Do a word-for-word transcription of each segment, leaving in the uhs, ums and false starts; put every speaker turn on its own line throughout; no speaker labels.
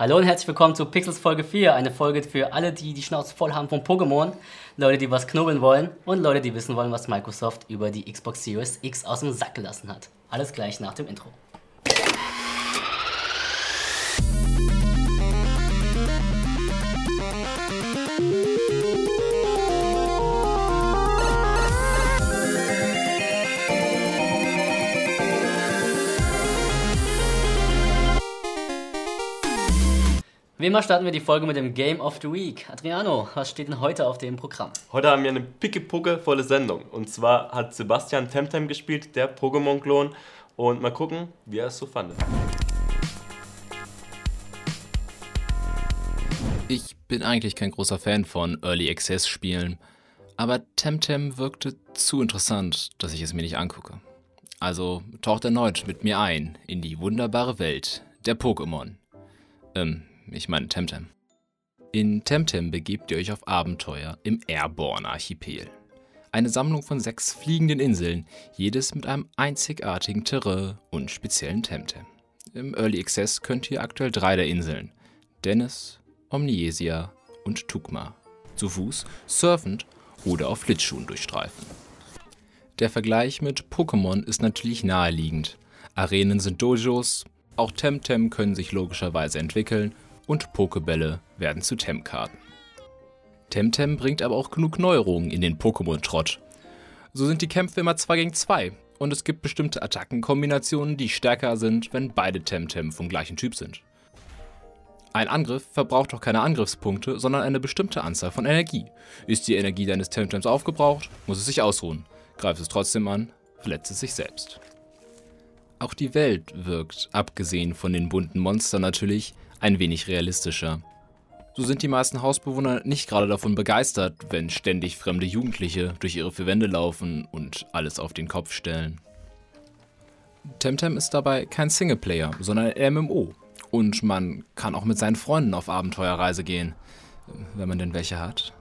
Hallo und herzlich willkommen zu Pixels Folge vier, eine Folge für alle, die die Schnauze voll haben von Pokémon, Leute, die was knubbeln wollen und Leute, die wissen wollen, was Microsoft über die Xbox Series X aus dem Sack gelassen hat. Alles gleich nach dem Intro. Wie immer starten wir die Folge mit dem Game of the Week. Adriano, was steht denn heute auf dem Programm?
Heute haben wir eine picke-pucke-volle Sendung. Und zwar hat Sebastian Temtem gespielt, der Pokémon-Klon. Und mal gucken, wie er es so fand.
Ich bin eigentlich kein großer Fan von Early Access Spielen, aber Temtem wirkte zu interessant, dass ich es mir nicht angucke. Also taucht erneut mit mir ein in die wunderbare Welt der Pokémon. Ähm, ich meine Temtem. In Temtem begebt ihr euch auf Abenteuer im Airborne-Archipel. Eine Sammlung von sechs fliegenden Inseln, jedes mit einem einzigartigen Terrain und speziellen Temtem. Im Early Access könnt ihr aktuell drei der Inseln, Dennis, Omniesia und Tugma, zu Fuß, surfend oder auf Schlittschuhen durchstreifen. Der Vergleich mit Pokémon ist natürlich naheliegend. Arenen sind Dojos, auch Temtem können sich logischerweise entwickeln und Pokebälle werden zu Temkarten. Temtem bringt aber auch genug Neuerungen in den Pokémon-Trott. So sind die Kämpfe immer zwei gegen zwei und es gibt bestimmte Attackenkombinationen, die stärker sind, wenn beide Temtem vom gleichen Typ sind. Ein Angriff verbraucht auch keine Angriffspunkte, sondern eine bestimmte Anzahl von Energie. Ist die Energie deines Temtems aufgebraucht, muss es sich ausruhen. Greift es trotzdem an, verletzt es sich selbst. Auch die Welt wirkt, abgesehen von den bunten Monstern natürlich, ein wenig realistischer. So sind die meisten Hausbewohner nicht gerade davon begeistert, wenn ständig fremde Jugendliche durch ihre vier Wände laufen und alles auf den Kopf stellen. Temtem ist dabei kein Singleplayer, sondern ein M M O. Und man kann auch mit seinen Freunden auf Abenteuerreise gehen, wenn man denn welche hat.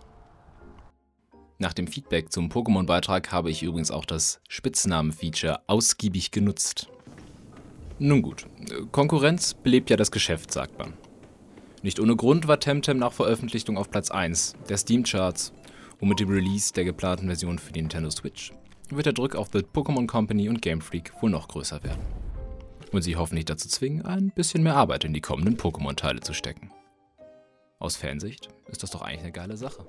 Nach dem Feedback zum Pokémon-Beitrag habe ich übrigens auch das Spitznamen-Feature ausgiebig genutzt. Nun gut, Konkurrenz belebt ja das Geschäft, sagt man. Nicht ohne Grund war Temtem nach Veröffentlichung auf Platz eins der Steam-Charts und mit dem Release der geplanten Version für die Nintendo Switch wird der Druck auf The Pokémon Company und Game Freak wohl noch größer werden. Und sie hoffentlich dazu zwingen, ein bisschen mehr Arbeit in die kommenden Pokémon-Teile zu stecken. Aus Fansicht ist das doch eigentlich eine geile Sache.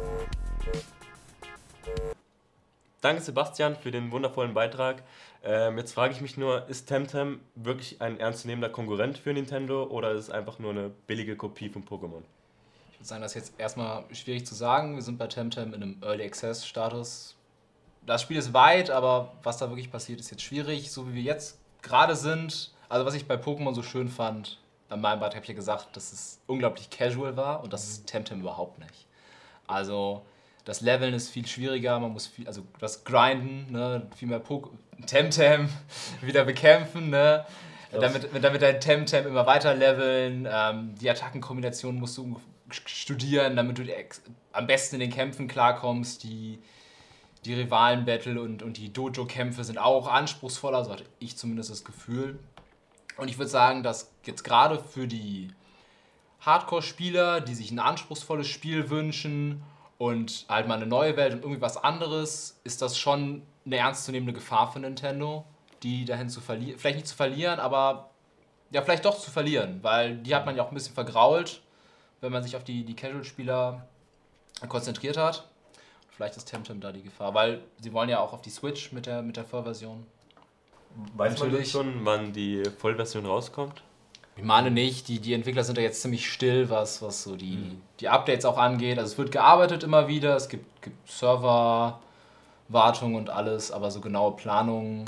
Danke Sebastian für den wundervollen Beitrag. Ähm, jetzt frage ich mich nur, ist Temtem wirklich ein ernstzunehmender Konkurrent für Nintendo oder ist es einfach nur eine billige Kopie von Pokémon?
Ich würde sagen, das ist jetzt erstmal schwierig zu sagen. Wir sind bei Temtem in einem Early Access Status. Das Spiel ist weit, aber was da wirklich passiert, ist jetzt schwierig. So wie wir jetzt gerade sind, also was ich bei Pokémon so schön fand, an meinem Beitrag habe ich ja gesagt, dass es unglaublich casual war und das ist Temtem überhaupt nicht. Also das Leveln ist viel schwieriger, man muss viel, also das Grinden, ne, viel mehr Poke- Temtem wieder bekämpfen, ne, damit, damit dein Temtem immer weiter leveln, ähm, die Attackenkombinationen musst du studieren, damit du ex- am besten in den Kämpfen klarkommst, die, die Rivalen-Battle und, und die Dojo-Kämpfe sind auch anspruchsvoller, so hatte ich zumindest das Gefühl. Und ich würde sagen, dass jetzt gerade für die Hardcore-Spieler, die sich ein anspruchsvolles Spiel wünschen und halt mal eine neue Welt und irgendwie was anderes, ist das schon eine ernstzunehmende Gefahr für Nintendo, die dahin zu verlieren, vielleicht nicht zu verlieren, aber ja, vielleicht doch zu verlieren, weil die hat man ja auch ein bisschen vergrault, wenn man sich auf die, die Casual-Spieler konzentriert hat. Vielleicht ist Temtem da die Gefahr, weil sie wollen ja auch auf die Switch mit der, mit der Vollversion.
Weiß man denn schon, wann die Vollversion rauskommt?
Ich meine nicht, die, die Entwickler sind da jetzt ziemlich still, was, was so die, mhm. die Updates auch angeht. Also es wird gearbeitet immer wieder, es gibt, gibt Serverwartung und alles, aber so genaue Planungen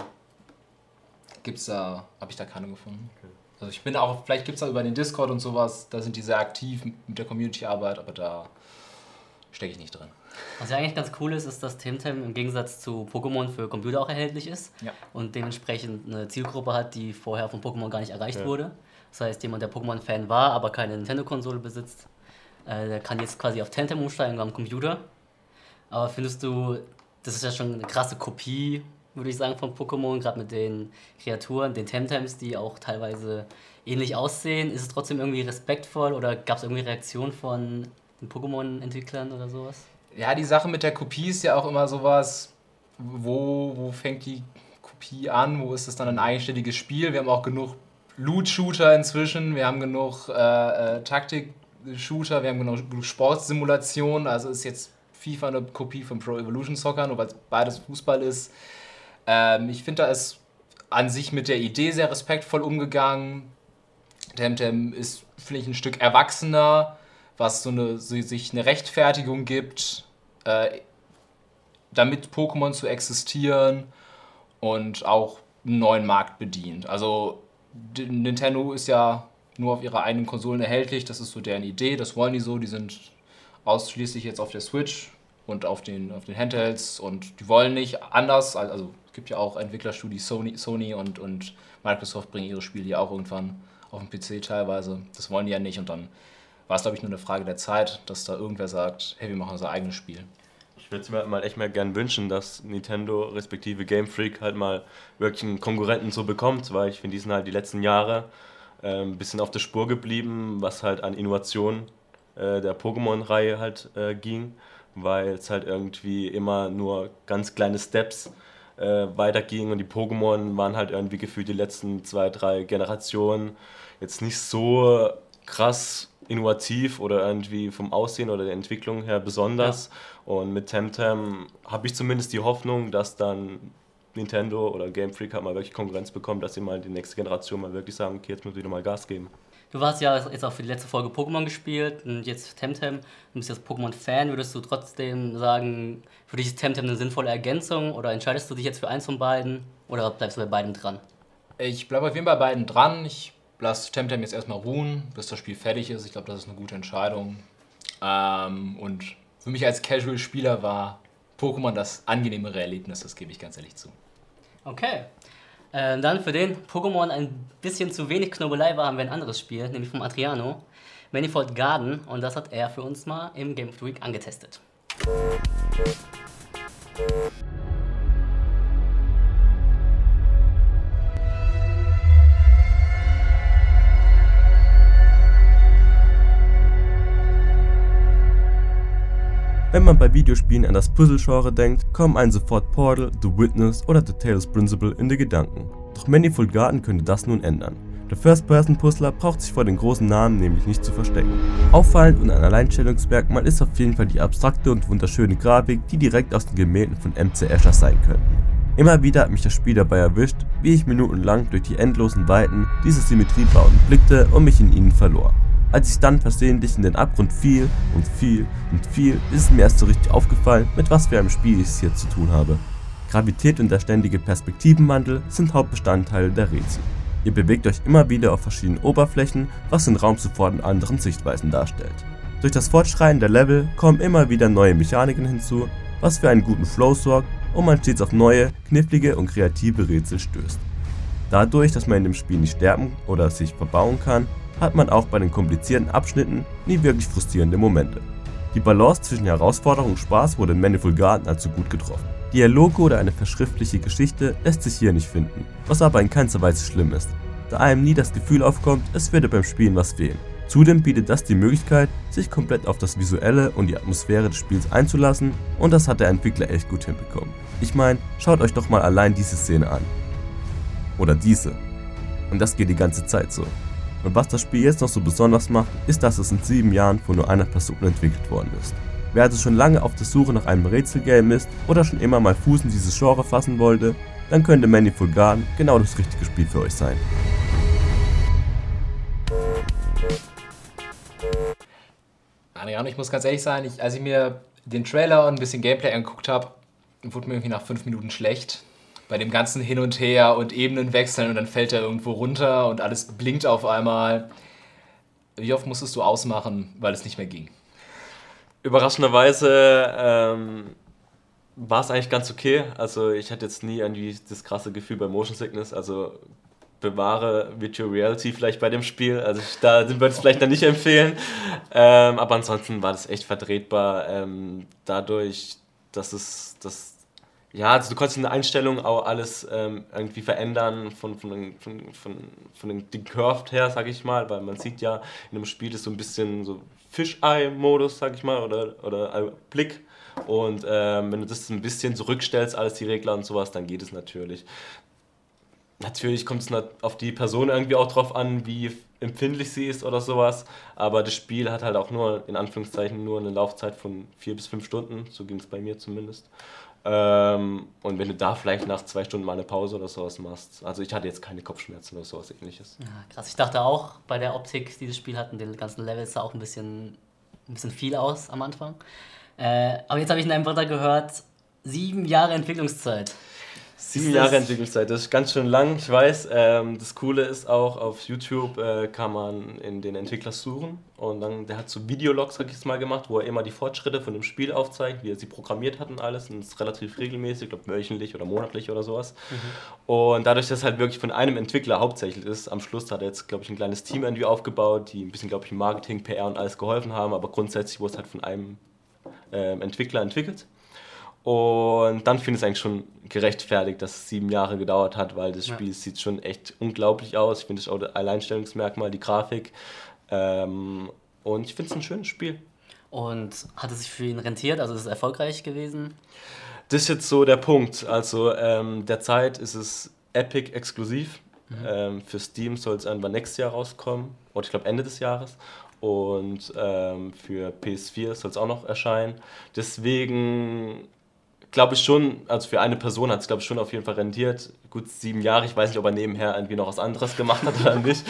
gibt's da, habe ich da keine gefunden. Okay. Also ich bin auch, vielleicht gibt es da über den Discord und sowas, da sind die sehr aktiv mit der Community-Arbeit, aber da stecke ich nicht drin.
Was ja eigentlich ganz cool ist, ist, dass Temtem im Gegensatz zu Pokémon für Computer auch erhältlich ist
ja.
und dementsprechend eine Zielgruppe hat, die vorher von Pokémon gar nicht erreicht
ja.
wurde. Das heißt, jemand, der Pokémon-Fan war, aber keine Nintendo-Konsole besitzt, äh, der kann jetzt quasi auf Temtem umsteigen am Computer. Aber findest du, das ist ja schon eine krasse Kopie würde ich sagen, von Pokémon, gerade mit den Kreaturen, den Temtems, die auch teilweise ähnlich aussehen. Ist es trotzdem irgendwie respektvoll oder gab es irgendwie Reaktionen von den Pokémon-Entwicklern oder sowas?
Ja, die Sache mit der Kopie ist ja auch immer sowas, wo, wo fängt die Kopie an, wo ist es dann ein eigenständiges Spiel? Wir haben auch genug Loot-Shooter inzwischen, wir haben genug äh, äh, Taktik-Shooter, wir haben genug, genug Sportsimulationen, also ist jetzt FIFA eine Kopie von Pro Evolution Soccer, nur weil es beides Fußball ist. Ähm, ich finde, da ist an sich mit der Idee sehr respektvoll umgegangen. Temtem ist, finde ich, ein Stück erwachsener, was so eine, so sich eine Rechtfertigung gibt, äh, damit Pokémon zu existieren und auch einen neuen Markt bedient. Also Nintendo ist ja nur auf ihrer eigenen Konsolen erhältlich, das ist so deren Idee, das wollen die so, die sind ausschließlich jetzt auf der Switch und auf den, auf den Handhelds und die wollen nicht anders, also es gibt ja auch Entwicklerstudios, Sony, Sony und, und Microsoft bringen ihre Spiele ja auch irgendwann auf dem P C teilweise, das wollen die ja nicht und dann war es, glaube ich, nur eine Frage der Zeit, dass da irgendwer sagt, hey, wir machen unser eigenes Spiel.
Ich würde es mir mal echt mal gern wünschen, dass Nintendo respektive Game Freak halt mal wirklich einen Konkurrenten so bekommt, weil ich finde, die sind halt die letzten Jahre äh, ein bisschen auf der Spur geblieben, was halt an Innovation äh, der Pokémon-Reihe halt äh, ging, weil es halt irgendwie immer nur ganz kleine Steps äh, weiterging und die Pokémon waren halt irgendwie gefühlt die letzten zwei, drei Generationen jetzt nicht so krass innovativ oder irgendwie vom Aussehen oder der Entwicklung her besonders. Ja. Und mit Temtem habe ich zumindest die Hoffnung, dass dann Nintendo oder Game Freak halt mal wirklich Konkurrenz bekommt, dass sie mal die nächste Generation mal wirklich sagen, okay, jetzt müssen wir wieder mal Gas geben.
Du warst ja jetzt auch für die letzte Folge Pokémon gespielt und jetzt Temtem. Du bist jetzt Pokémon-Fan. Würdest du trotzdem sagen, für dich ist Temtem eine sinnvolle Ergänzung oder entscheidest du dich jetzt für eins von beiden oder bleibst du bei beiden dran?
Ich bleibe auf jeden Fall bei beiden dran. Ich lasse Temtem jetzt erstmal ruhen, bis das Spiel fertig ist. Ich glaube, das ist eine gute Entscheidung. Ähm, und für mich als Casual-Spieler war Pokémon das angenehmere Erlebnis, das gebe ich ganz ehrlich zu.
Okay. Äh, dann für den Pokémon ein bisschen zu wenig Knobelei war, haben wir ein anderes Spiel, nämlich vom Adriano, Manifold Garden, und das hat er für uns mal im Game Freak angetestet.
Wenn man bei Videospielen an das Puzzle-Genre denkt, kommen einem sofort Portal, The Witness oder The Talos Principle in die Gedanken. Doch Manifold Garden könnte das nun ändern. Der First-Person-Puzzler braucht sich vor den großen Namen nämlich nicht zu verstecken. Auffallend und ein Alleinstellungsmerkmal ist auf jeden Fall die abstrakte und wunderschöne Grafik, die direkt aus den Gemälden von M C Escher sein könnten. Immer wieder hat mich das Spiel dabei erwischt, wie ich minutenlang durch die endlosen Weiten dieser Symmetriebauten blickte und mich in ihnen verlor. Als ich dann versehentlich in den Abgrund fiel und fiel und fiel, ist es mir erst so richtig aufgefallen, mit was für einem Spiel ich es hier zu tun habe. Gravität und der ständige Perspektivenwandel sind Hauptbestandteile der Rätsel. Ihr bewegt euch immer wieder auf verschiedenen Oberflächen, was den Raum sofort in anderen Sichtweisen darstellt. Durch das Fortschreiten der Level kommen immer wieder neue Mechaniken hinzu, was für einen guten Flow sorgt und man stets auf neue, knifflige und kreative Rätsel stößt. Dadurch, dass man in dem Spiel nicht sterben oder sich verbauen kann, hat man auch bei den komplizierten Abschnitten nie wirklich frustrierende Momente. Die Balance zwischen Herausforderung und Spaß wurde in Manifold Garden also gut getroffen. Dialoge oder eine verschriftliche Geschichte lässt sich hier nicht finden, was aber in keinster Weise schlimm ist, da einem nie das Gefühl aufkommt, es würde beim Spielen was fehlen. Zudem bietet das die Möglichkeit, sich komplett auf das Visuelle und die Atmosphäre des Spiels einzulassen, und das hat der Entwickler echt gut hinbekommen. Ich meine, schaut euch doch mal allein diese Szene an. Oder diese. Und das geht die ganze Zeit so. Und was das Spiel jetzt noch so besonders macht, ist, dass es in sieben Jahren von nur einer Person entwickelt worden ist. Wer also schon lange auf der Suche nach einem Rätselgame ist oder schon immer mal Fuß in dieses Genre fassen wollte, dann könnte Manifold Garden genau das richtige Spiel für euch sein.
Adriano, ich muss ganz ehrlich sein, ich, als ich mir den Trailer und ein bisschen Gameplay angeguckt habe, wurde mir irgendwie nach fünf Minuten schlecht. Bei dem ganzen Hin und Her und Ebenen wechseln und dann fällt er irgendwo runter und alles blinkt auf einmal. Wie oft musstest du ausmachen, weil es nicht mehr ging?
Überraschenderweise ähm, war es eigentlich ganz okay. Also ich hatte jetzt nie irgendwie das krasse Gefühl bei Motion Sickness. Also bewahre Virtual Reality vielleicht bei dem Spiel. Also ich, da würde ich es vielleicht dann nicht empfehlen. Ähm, aber ansonsten war das echt vertretbar. Ähm, dadurch, dass es das Ja, also du konntest in der Einstellung auch alles ähm, irgendwie verändern von, von, den, von, von, von den, den Curved her, sag ich mal, weil man sieht ja, in einem Spiel ist so ein bisschen so Fisheye-Modus, sag ich mal, oder, oder äh, Blick. Und ähm, wenn du das ein bisschen zurückstellst, alles die Regler und sowas, dann geht es natürlich. Natürlich kommt es auf die Person irgendwie auch drauf an, wie empfindlich sie ist oder sowas, aber das Spiel hat halt auch nur, in Anführungszeichen, nur eine Laufzeit von vier bis fünf Stunden, so ging es bei mir zumindest. Ähm, und wenn du da vielleicht nach zwei Stunden mal eine Pause oder sowas machst, also ich hatte jetzt keine Kopfschmerzen oder sowas ähnliches.
Ja, krass, ich dachte auch, bei der Optik, die das Spiel hat und den ganzen Levels sah auch ein bisschen, ein bisschen viel aus am Anfang. Äh, aber jetzt habe ich in einem Wörter gehört, sieben Jahre Entwicklungszeit.
Sieben Jahre Entwicklungszeit, das ist ganz schön lang, ich weiß. Ähm, das Coole ist auch, auf YouTube äh, kann man in den Entwickler suchen und dann, der hat so Videologs, sag ich jetzt mal, gemacht, wo er immer die Fortschritte von dem Spiel aufzeigt, wie er sie programmiert hat und alles, und das ist relativ regelmäßig, ich glaube wöchentlich oder monatlich oder sowas. Mhm. Und dadurch, dass es halt wirklich von einem Entwickler hauptsächlich ist, am Schluss hat er jetzt, glaube ich, ein kleines Team irgendwie aufgebaut, die ein bisschen, glaube ich, im Marketing, P R und alles geholfen haben, aber grundsätzlich wurde es halt von einem äh, Entwickler entwickelt. Und dann finde ich es eigentlich schon gerechtfertigt, dass es sieben Jahre gedauert hat, weil das Spiel ja. sieht schon echt unglaublich aus. Ich finde es auch das Alleinstellungsmerkmal, die Grafik. Ähm, und ich finde es ein schönes Spiel.
Und hat es sich für ihn rentiert? Also ist es erfolgreich gewesen?
Das ist jetzt so der Punkt. Also ähm, derzeit ist es Epic exklusiv. Mhm. Ähm, für Steam soll es irgendwann nächstes Jahr rauskommen. Oder ich glaube Ende des Jahres. Und ähm, für P S vier soll es auch noch erscheinen. Deswegen glaube ich schon, also für eine Person hat es glaube ich schon auf jeden Fall rentiert. Gut, sieben Jahre, ich weiß nicht, ob er nebenher irgendwie noch was anderes gemacht hat oder nicht.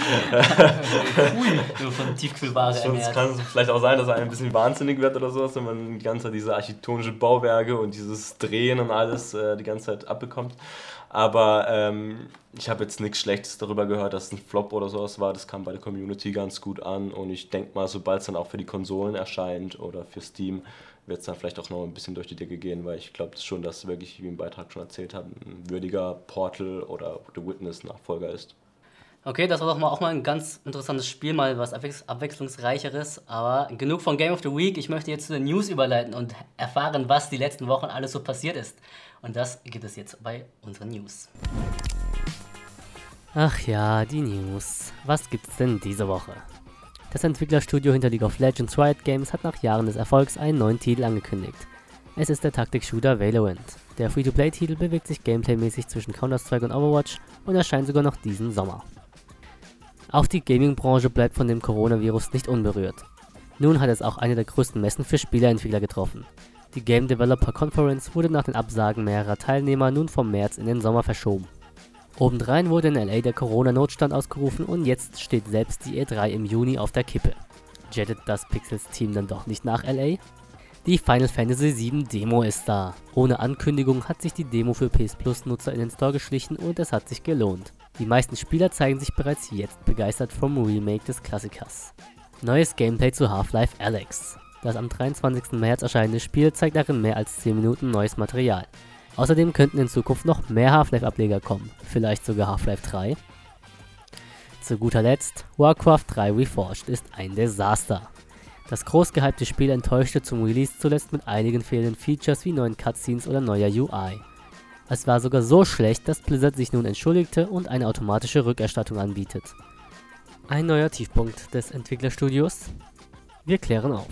Ui, nur von Tiefkühlware ernährt.
Es kann vielleicht auch sein, dass er ein bisschen wahnsinnig wird oder sowas, wenn man die ganze Zeit diese architektonischen Bauwerke und dieses Drehen und alles äh, die ganze Zeit abbekommt. Aber ähm, ich habe jetzt nichts Schlechtes darüber gehört, dass es ein Flop oder sowas war. Das kam bei der Community ganz gut an und ich denke mal, sobald es dann auch für die Konsolen erscheint oder für Steam, wird es dann vielleicht auch noch ein bisschen durch die Decke gehen, weil ich glaube schon, dass es wirklich, wie im Beitrag schon erzählt haben, ein würdiger Portal oder The Witness Nachfolger ist.
Okay, das war doch mal auch mal ein ganz interessantes Spiel, mal was abwechs- abwechslungsreicheres, aber genug von Game of the Week. Ich möchte jetzt zu den News überleiten und erfahren, was die letzten Wochen alles so passiert ist. Und das gibt es jetzt bei unseren News. Ach ja, die News. Was gibt's denn diese Woche? Das Entwicklerstudio hinter League of Legends Riot Games hat nach Jahren des Erfolgs einen neuen Titel angekündigt. Es ist der Taktik-Shooter Valorant. Der Free-to-Play-Titel bewegt sich gameplaymäßig zwischen Counter-Strike und Overwatch und erscheint sogar noch diesen Sommer. Auch die Gaming-Branche bleibt von dem Coronavirus nicht unberührt. Nun hat es auch eine der größten Messen für Spieleentwickler getroffen. Die Game Developer Conference wurde nach den Absagen mehrerer Teilnehmer nun vom März in den Sommer verschoben. Obendrein wurde in L A der Corona-Notstand ausgerufen und jetzt steht selbst die E drei im Juni auf der Kippe. Jettet das Pixels-Team dann doch nicht nach L A? Die Final Fantasy sieben Demo ist da. Ohne Ankündigung hat sich die Demo für P S Plus-Nutzer in den Store geschlichen und es hat sich gelohnt. Die meisten Spieler zeigen sich bereits jetzt begeistert vom Remake des Klassikers. Neues Gameplay zu Half-Life Alyx. Das am dreiundzwanzigsten März erscheinende Spiel zeigt darin mehr als zehn Minuten neues Material. Außerdem könnten in Zukunft noch mehr Half-Life-Ableger kommen, vielleicht sogar Half-Life drei. Zu guter Letzt, Warcraft drei Reforged ist ein Desaster. Das groß gehypte Spiel enttäuschte zum Release zuletzt mit einigen fehlenden Features wie neuen Cutscenes oder neuer U I. Es war sogar so schlecht, dass Blizzard sich nun entschuldigte und eine automatische Rückerstattung anbietet. Ein neuer Tiefpunkt des Entwicklerstudios? Wir klären auf.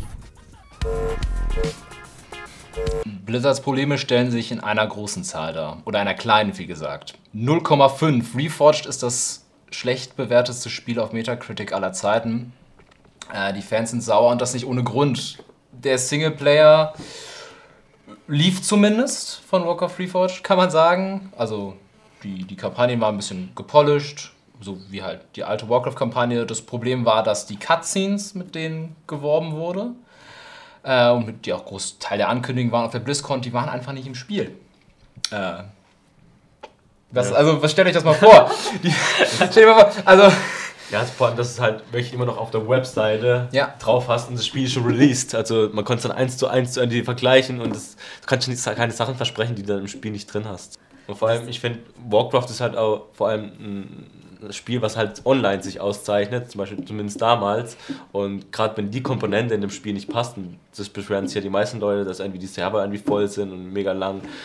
Blizzards Probleme stellen sich in einer großen Zahl dar. Oder einer kleinen, wie gesagt. null Komma fünf. Reforged ist das schlecht bewertetste Spiel auf Metacritic aller Zeiten. Äh, die Fans sind sauer und das nicht ohne Grund. Der Singleplayer lief zumindest von Warcraft Reforged, kann man sagen. Also die, die Kampagne war ein bisschen gepolished, so wie halt die alte Warcraft-Kampagne. Das Problem war, dass die Cutscenes, mit denen geworben wurde, Äh, und mit, die auch groß Teil der Ankündigung waren auf der BlizzCon, die waren einfach nicht im Spiel. Äh, was, ja. Also, was stellt euch das mal vor? die, stell dir mal vor, also...
Ja, vor allem, dass es halt wirklich immer noch auf der Webseite
ja.
drauf hast und das Spiel ist schon released. Also man konnte es dann eins zu eins zu irgendwie vergleichen und das, du kannst nicht, keine Sachen versprechen, die du dann im Spiel nicht drin hast. Und vor allem, ich finde, Warcraft ist halt auch vor allem ein Spiel, was halt online sich auszeichnet, zum Beispiel zumindest damals. Und gerade wenn die Komponente in dem Spiel nicht passt, und das beschweren sich ja die meisten Leute, dass irgendwie die Server irgendwie voll sind und mega lang,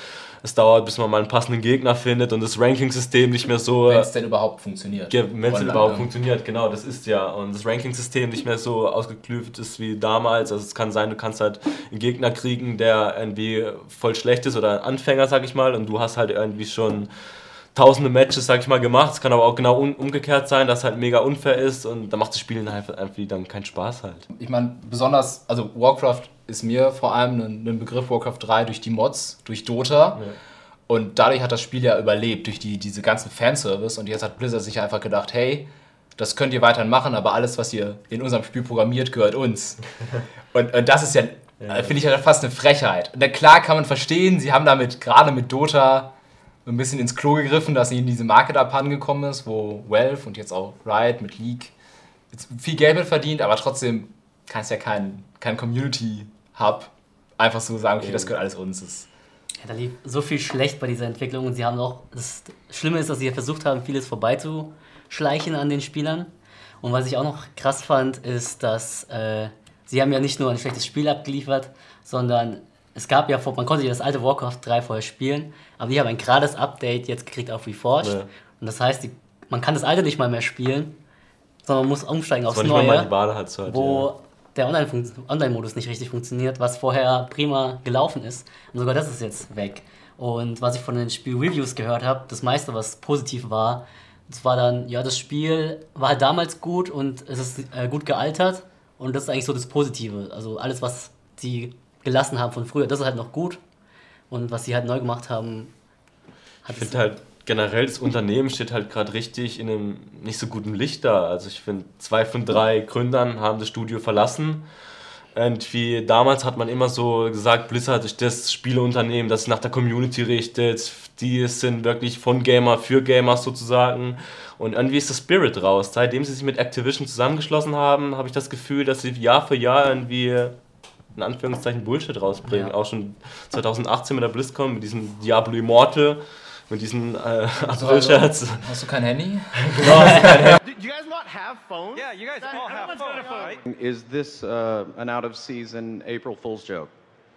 es dauert, bis man mal einen passenden Gegner findet und das Ranking-System nicht mehr so...
Wenn es denn überhaupt funktioniert.
Ja, wenn es denn überhaupt funktioniert, genau, das ist ja. Und das Ranking-System nicht mehr so ausgeklüft ist wie damals. Also es kann sein, du kannst halt einen Gegner kriegen, der irgendwie voll schlecht ist oder ein Anfänger, sag ich mal, und du hast halt irgendwie schon tausende Matches, sag ich mal, gemacht. Es kann aber auch genau um, umgekehrt sein, dass es halt mega unfair ist und da macht das Spielen halt irgendwie dann keinen Spaß halt.
Ich meine, besonders, also Warcraft ist mir vor allem ein, ein Begriff, Warcraft drei, durch die Mods, durch Dota. Ja. Und dadurch hat das Spiel ja überlebt, durch die, diese ganzen Fanservice. Und jetzt hat Blizzard sich einfach gedacht, hey, das könnt ihr weiterhin machen, aber alles, was ihr in unserem Spiel programmiert, gehört uns. und, und das ist ja, ja. finde ich ja fast eine Frechheit. Und dann, klar kann man verstehen, sie haben damit gerade mit Dota ein bisschen ins Klo gegriffen, dass ihnen diese Market abhanden gekommen ist, wo Valve und jetzt auch Riot mit League jetzt viel Geld mit verdient, aber trotzdem kann es ja kein, kein Community-Hub einfach so sagen, okay, das gehört alles uns. Das
ja, da lief so viel schlecht bei dieser Entwicklung und sie haben auch, das Schlimme ist, dass sie versucht haben, vieles vorbeizuschleichen an den Spielern. Und was ich auch noch krass fand, ist, dass äh, sie haben ja nicht nur ein schlechtes Spiel abgeliefert, sondern es gab ja, man konnte ja das alte Warcraft drei vorher spielen, aber die haben ein gerades Update jetzt gekriegt auf Reforged. Ja. Und das heißt, die, man kann das alte nicht mal mehr spielen, sondern man muss umsteigen aufs Neue,
mal die Wahl halt so,
wo ja. der Online- Online-Modus nicht richtig funktioniert, was vorher prima gelaufen ist. Und sogar das ist jetzt weg. Und was ich von den Spiel-Reviews gehört habe, das meiste, was positiv war, das war dann, ja, das Spiel war halt damals gut und es ist äh, gut gealtert. Und das ist eigentlich so das Positive. Also alles, was sie gelassen haben von früher, das ist halt noch gut. Und was sie halt neu gemacht haben, hat
ich finde halt generell, das Unternehmen steht halt gerade richtig in einem nicht so guten Licht da. Also ich finde, zwei von drei Gründern haben das Studio verlassen. Irgendwie damals hat man immer so gesagt, Blizzard ist das Spieleunternehmen, das sich nach der Community richtet. Die sind wirklich von Gamer für Gamer sozusagen. Und irgendwie ist der Spirit raus. Seitdem sie sich mit Activision zusammengeschlossen haben, habe ich das Gefühl, dass sie Jahr für Jahr irgendwie in Anführungszeichen Bullshit rausbringen. Ja. Auch schon zwanzig achtzehn mit der BlizzCon, mit diesem Diablo Immortal, mit diesen äh, April-Scherz.
Also, hast du kein Handy?
Genau, hast du kein Handy.
Do you guys not have phones?
Yeah, you guys all have phones, right?
Is this uh, an out-of-season April Fool's joke?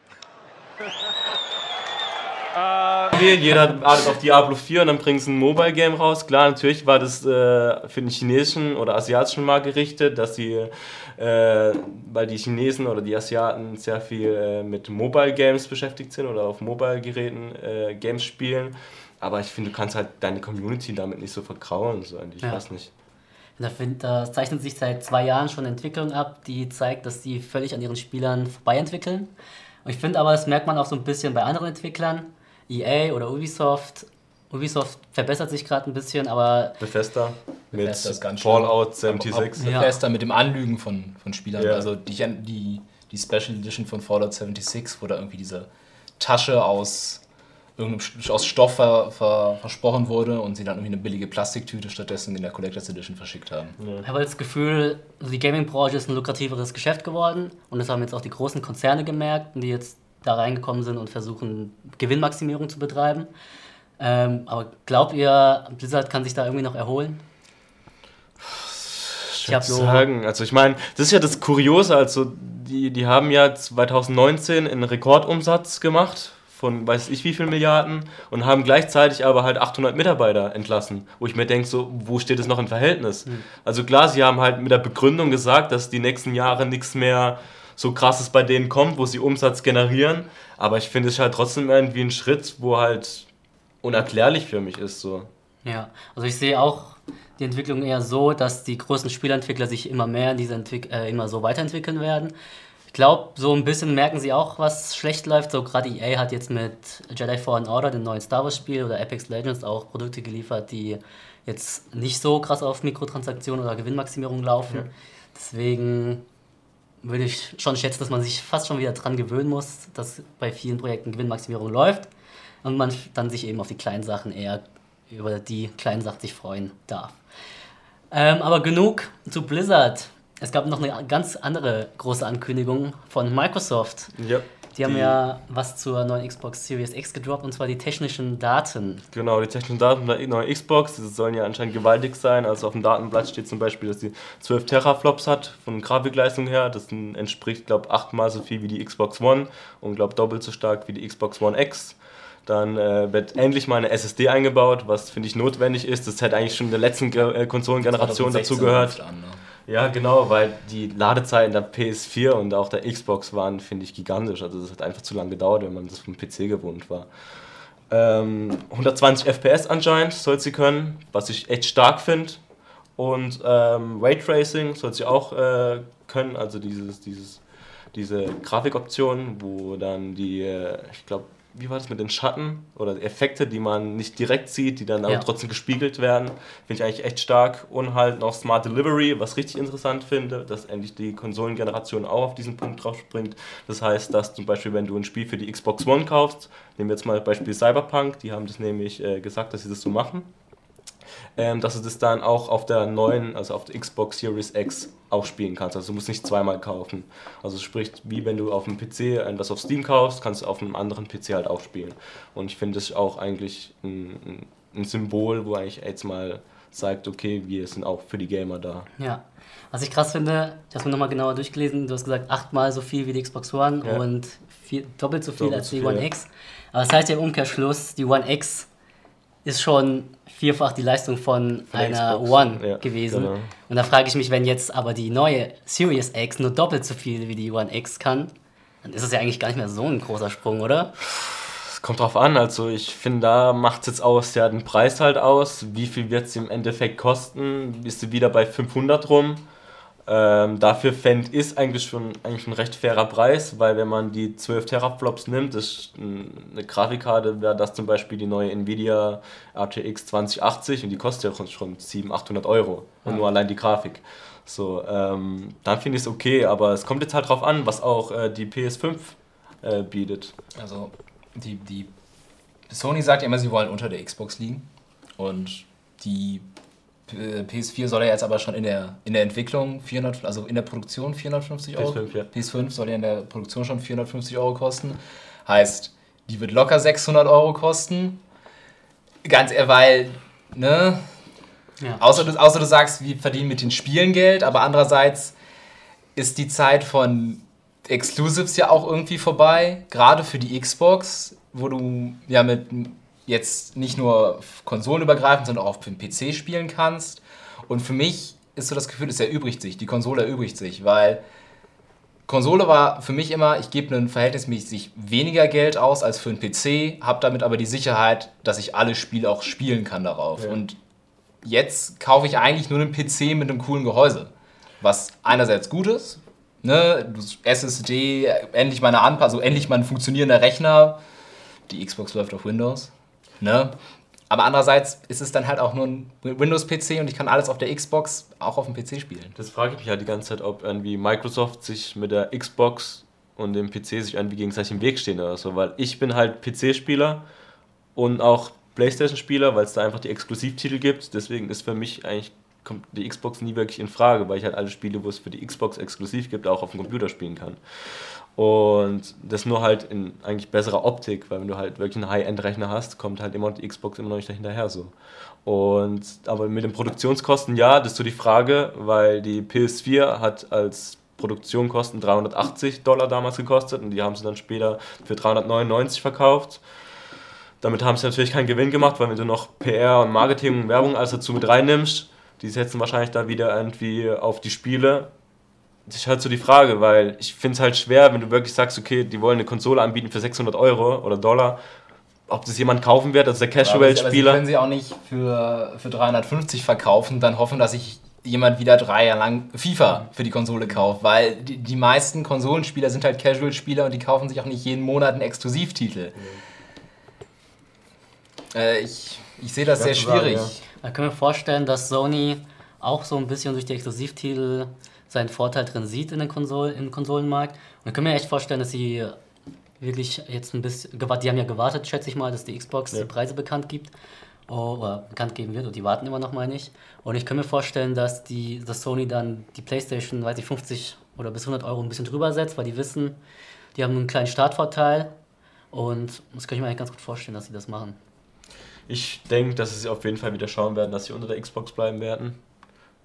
Jeder wartet auf Diablo vier und dann bringen sie ein Mobile-Game raus. Klar, natürlich war das äh, für den chinesischen oder asiatischen Markt gerichtet, dass sie, äh, weil die Chinesen oder die Asiaten sehr viel äh, mit Mobile-Games beschäftigt sind oder auf Mobile-Geräten äh, Games spielen. Aber ich finde, du kannst halt deine Community damit nicht so vergrauen. So. Ich ja. weiß nicht.
Da, find, da zeichnet sich seit zwei Jahren schon eine Entwicklung ab, die zeigt, dass die völlig an ihren Spielern vorbei entwickeln. Und ich finde aber, das merkt man auch so ein bisschen bei anderen Entwicklern. E A oder Ubisoft. Ubisoft verbessert sich gerade ein bisschen, aber...
Bethesda mit
Bethesda ist ganz
Fallout sechsundsiebzig.
Ja. Bethesda mit dem Anlügen von, von Spielern.
Ja.
Also die, die, die Special Edition von Fallout sechsundsiebzig, wo da irgendwie diese Tasche aus, irgendeinem, aus Stoff ver, ver, versprochen wurde und sie dann irgendwie eine billige Plastiktüte stattdessen in der Collectors Edition verschickt haben.
Ja. Ich habe das Gefühl, also die Gaming-Branche ist ein lukrativeres Geschäft geworden und das haben jetzt auch die großen Konzerne gemerkt, die jetzt da reingekommen sind und versuchen, Gewinnmaximierung zu betreiben. Ähm, aber glaubt ihr, Blizzard kann sich da irgendwie noch erholen?
Ich würde sagen, also ich meine, das ist ja das Kuriose, also die, die haben ja zwanzig neunzehn einen Rekordumsatz gemacht von weiß ich wie viel Milliarden und haben gleichzeitig aber halt achthundert Mitarbeiter entlassen, wo ich mir denke, so, wo steht es noch im Verhältnis? Mhm. Also klar, sie haben halt mit der Begründung gesagt, dass die nächsten Jahre nichts mehr so krasses bei denen kommt, wo sie Umsatz generieren, aber ich finde es halt trotzdem irgendwie ein Schritt, wo halt unerklärlich für mich ist. So.
Ja, also ich sehe auch die Entwicklung eher so, dass die großen Spielentwickler sich immer mehr in diese Entwick- äh, immer so weiterentwickeln werden. Ich glaube, so ein bisschen merken sie auch, was schlecht läuft. So gerade E A hat jetzt mit Jedi Fallen Order, dem neuen Star Wars Spiel, oder Apex Legends auch Produkte geliefert, die jetzt nicht so krass auf Mikrotransaktionen oder Gewinnmaximierung laufen. Ja. Deswegen würde ich schon schätzen, dass man sich fast schon wieder dran gewöhnen muss, dass bei vielen Projekten Gewinnmaximierung läuft und man dann sich eben auf die kleinen Sachen eher über die kleinen Sachen sich freuen darf. Ähm, aber genug zu Blizzard. Es gab noch eine ganz andere große Ankündigung von Microsoft.
Ja,
die haben die, ja was zur neuen Xbox Series X gedroppt, und zwar die technischen Daten.
Genau, die technischen Daten der neuen Xbox, die sollen ja anscheinend gewaltig sein. Also auf dem Datenblatt steht zum Beispiel, dass die zwölf Teraflops hat von Grafikleistung her. Das entspricht, glaube ich, achtmal so viel wie die Xbox One und, glaube ich, doppelt so stark wie die Xbox One X. Dann äh, wird endlich mal eine S S D eingebaut, was finde ich notwendig ist. Das hätte eigentlich schon in der letzten Ge- äh, Konsolengeneration dazu gehört. An, ne? Ja, genau, weil die Ladezeiten der P S vier und auch der Xbox waren, finde ich, gigantisch. Also das hat einfach zu lange gedauert, wenn man das vom P C gewohnt war. Ähm, hundertzwanzig F P S anscheinend soll sie können, was ich echt stark finde. Und ähm, Raytracing soll sie auch äh, können, also dieses, dieses, diese Grafikoption, wo dann die, äh, ich glaube, wie war das mit den Schatten oder Effekte, die man nicht direkt sieht, die dann aber ja. trotzdem gespiegelt werden, finde ich eigentlich echt stark. Und halt noch Smart Delivery, was richtig interessant finde, dass endlich die Konsolengeneration auch auf diesen Punkt drauf springt. Das heißt, dass zum Beispiel, wenn du ein Spiel für die Xbox One kaufst, nehmen wir jetzt mal das Beispiel Cyberpunk, die haben das nämlich äh, gesagt, dass sie das so machen, ähm, dass du das dann auch auf der neuen, also auf der Xbox Series X auch spielen kannst. Also du musst nicht zweimal kaufen. Also sprich, wie wenn du auf dem P C etwas auf Steam kaufst, kannst du auf einem anderen P C halt auch spielen. Und ich finde das auch eigentlich ein, ein Symbol, wo eigentlich jetzt mal sagt, okay, wir sind auch für die Gamer da.
Ja, was ich krass finde, ich habe mir nochmal genauer durchgelesen, du hast gesagt, achtmal so viel wie die Xbox One ja. und vier, doppelt so viel doppelt als die so viel, One X. Aber das heißt ja im Umkehrschluss, die One X ist schon vierfach die Leistung von, von einer Xbox. One ja, gewesen. Genau. Und da frage ich mich, wenn jetzt aber die neue Series X nur doppelt so viel wie die One X kann, dann ist es ja eigentlich gar nicht mehr so ein großer Sprung, oder?
Es kommt drauf an, also ich finde, da macht es jetzt aus, ja, den Preis halt aus. Wie viel wird es im Endeffekt kosten? Bist du wieder bei fünfhundert rum? Ähm, dafür fände ich eigentlich schon eigentlich ein recht fairer Preis, weil wenn man die zwölf Teraflops nimmt, das ist eine Grafikkarte, wäre das zum Beispiel die neue Nvidia R T X zwanzig achtzig und die kostet ja schon siebenhundert, achthundert Euro und ja. nur allein die Grafik. So, ähm, dann finde ich es okay, aber es kommt jetzt halt drauf an, was auch äh, die P S fünf äh, bietet.
Also die, die Sony sagt ja immer, sie wollen unter der Xbox liegen und die P S vier soll ja jetzt aber schon in der, in der Entwicklung, vierhundert, also in der Produktion vierhundertfünfzig Euro. P S fünf, ja. P S fünf soll ja in der Produktion schon vierhundertfünfzig Euro kosten. Heißt, die wird locker sechshundert Euro kosten. Ganz ehrlich, weil, ne? Ja. Außer, du, außer du sagst, wir verdienen mit den Spielen Geld, aber andererseits ist die Zeit von Exclusives ja auch irgendwie vorbei. Gerade für die Xbox, wo du ja mit jetzt nicht nur konsolenübergreifend, sondern auch auf dem P C spielen kannst. Und für mich ist so das Gefühl, es erübrigt sich, die Konsole erübrigt sich, weil Konsole war für mich immer, ich gebe einen verhältnismäßig weniger Geld aus als für einen P C, habe damit aber die Sicherheit, dass ich alle Spiele auch spielen kann darauf. Ja. Und jetzt kaufe ich eigentlich nur einen P C mit einem coolen Gehäuse, was einerseits gut ist, ne, S S D, endlich mal eine Anpassung, also endlich mal ein funktionierender Rechner, die Xbox läuft auf Windows. Ne? Aber andererseits ist es dann halt auch nur ein Windows-P C und ich kann alles auf der Xbox auch auf dem P C spielen.
Das frage ich mich halt die ganze Zeit, ob irgendwie Microsoft sich mit der Xbox und dem P C sich irgendwie gegenseitig im Weg stehen oder so, weil ich bin halt P C-Spieler und auch PlayStation-Spieler, weil es da einfach die Exklusivtitel gibt. Deswegen ist für mich eigentlich kommt die Xbox nie wirklich in Frage, weil ich halt alle Spiele, wo es für die Xbox exklusiv gibt, auch auf dem Computer spielen kann. Und das nur halt in eigentlich besserer Optik, weil wenn du halt wirklich einen High-End-Rechner hast, kommt halt immer die Xbox immer noch nicht dahinterher so. Und, aber mit den Produktionskosten, ja, das ist so die Frage, weil die P S vier hat als Produktionskosten dreihundertachtzig Dollar damals gekostet und die haben sie dann später für dreihundertneunundneunzig verkauft. Damit haben sie natürlich keinen Gewinn gemacht, weil wenn du noch P R und Marketing und Werbung alles dazu mit reinnimmst, die setzen wahrscheinlich da wieder irgendwie auf die Spiele. Das ist halt so die Frage, weil ich finde es halt schwer, wenn du wirklich sagst, okay, die wollen eine Konsole anbieten für sechshundert Euro oder Dollar, ob das jemand kaufen wird, also der Casual-Spieler.
Aber können sie auch nicht für, für dreihundertfünfzig verkaufen, dann hoffen, dass sich jemand wieder drei Jahre lang FIFA für die Konsole kauft, weil die, die meisten Konsolenspieler sind halt Casual-Spieler und die kaufen sich auch nicht jeden Monat einen Exklusivtitel. Mhm. Äh, ich ich sehe das, das sehr schwierig. Sagen, ja.
Da können wir vorstellen, dass Sony auch so ein bisschen durch die Exklusivtitel seinen Vorteil drin sieht in den Konsol- im Konsolenmarkt. Und dann können wir echt vorstellen, dass sie wirklich jetzt ein bisschen, die haben ja gewartet, schätze ich mal, dass die Xbox ja. die Preise bekannt gibt, oder bekannt geben wird, und die warten immer noch, meine ich. Und ich kann mir vorstellen, dass, die, dass Sony dann die PlayStation, weiß ich, fünfzig oder bis hundert Euro ein bisschen drüber setzt, weil die wissen, die haben einen kleinen Startvorteil, und das kann ich mir eigentlich ganz gut vorstellen, dass sie das machen.
Ich denke, dass sie auf jeden Fall wieder schauen werden, dass sie unter der Xbox bleiben werden.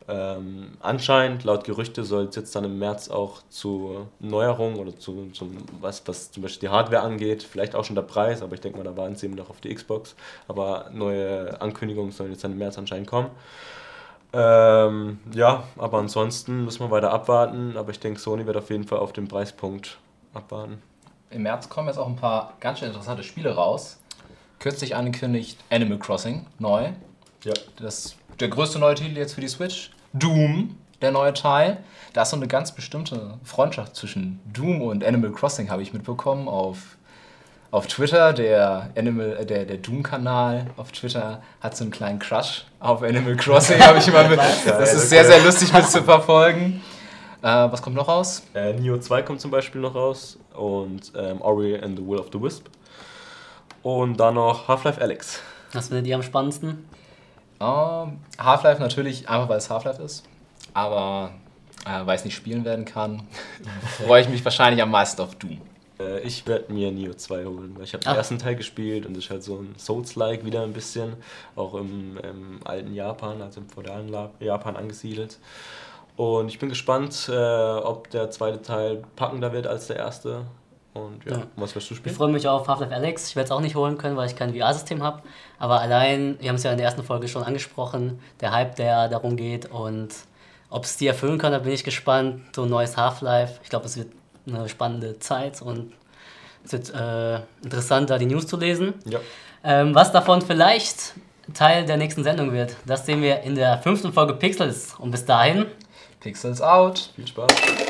Ähm, anscheinend, laut Gerüchte, soll es jetzt dann im März auch zu Neuerungen oder zu, zum, was, was zum Beispiel die Hardware angeht, vielleicht auch schon der Preis, aber ich denke mal, da warten sie eben noch auf die Xbox. Aber neue Ankündigungen sollen jetzt dann im März anscheinend kommen. Ähm, ja, aber ansonsten müssen wir weiter abwarten, aber ich denke, Sony wird auf jeden Fall auf den Preispunkt abwarten.
Im März kommen jetzt auch ein paar ganz schön interessante Spiele raus. Kürzlich angekündigt Animal Crossing, neu.
Ja.
Das der größte neue Titel jetzt für die Switch. Doom, der neue Teil. Da ist so eine ganz bestimmte Freundschaft zwischen Doom und Animal Crossing, habe ich mitbekommen, auf, auf Twitter. Der, Animal, äh, der, der Doom-Kanal auf Twitter hat so einen kleinen Crush auf Animal Crossing, habe ich immer mit. Das ist sehr, sehr lustig mit zu verfolgen. Äh, was kommt noch raus?
Äh, Nioh zwei kommt zum Beispiel noch raus und ähm, Ori and the Will of the Wisp. Und dann noch Half-Life Alyx.
Was findet ihr am spannendsten?
Uh, Half-Life natürlich, einfach weil es Half-Life ist. Aber äh, weil es nicht spielen werden kann, freue ich mich wahrscheinlich am meisten auf Doom.
Äh, ich werde mir Nioh zwei holen, weil ich habe den
Ach.
ersten Teil gespielt und es ist halt so ein Souls-like wieder ein bisschen, auch im, im alten Japan, also im feudalen La- Japan angesiedelt. Und ich bin gespannt, äh, ob der zweite Teil packender wird als der erste. Und ja,
Ja.
was wirst du
Ich
spielen?
freue mich auf Half-Life Alyx. Ich werde es auch nicht holen können, weil ich kein V R-System habe. Aber allein, wir haben es ja in der ersten Folge schon angesprochen, der Hype, der darum geht und ob es die erfüllen kann, da bin ich gespannt. So ein neues Half-Life. Ich glaube, es wird eine spannende Zeit und es wird äh, interessant, da die News zu lesen.
Ja.
Ähm, was davon vielleicht Teil der nächsten Sendung wird, das sehen wir in der fünften Folge Pixels. Und bis dahin,
Pixels out.
Viel Spaß.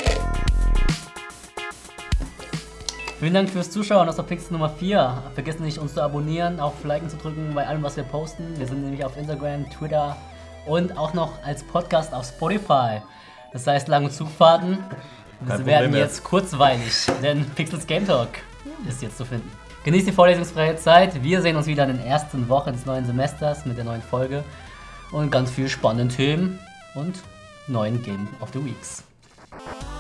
vielen Dank fürs Zuschauen aus der Pixel Nummer vier. Vergesst nicht, uns zu abonnieren, auch auf Liken zu drücken bei allem, was wir posten. Wir sind nämlich auf Instagram, Twitter und auch noch als Podcast auf Spotify. Das heißt, lange Zugfahrten. Wir
Problem
werden
mehr.
jetzt kurzweilig, denn Pixels Game Talk ist jetzt zu finden. Genießt die vorlesungsfreie Zeit. Wir sehen uns wieder in den ersten Wochen des neuen Semesters mit der neuen Folge und ganz viel spannenden Themen und neuen Game of the Weeks.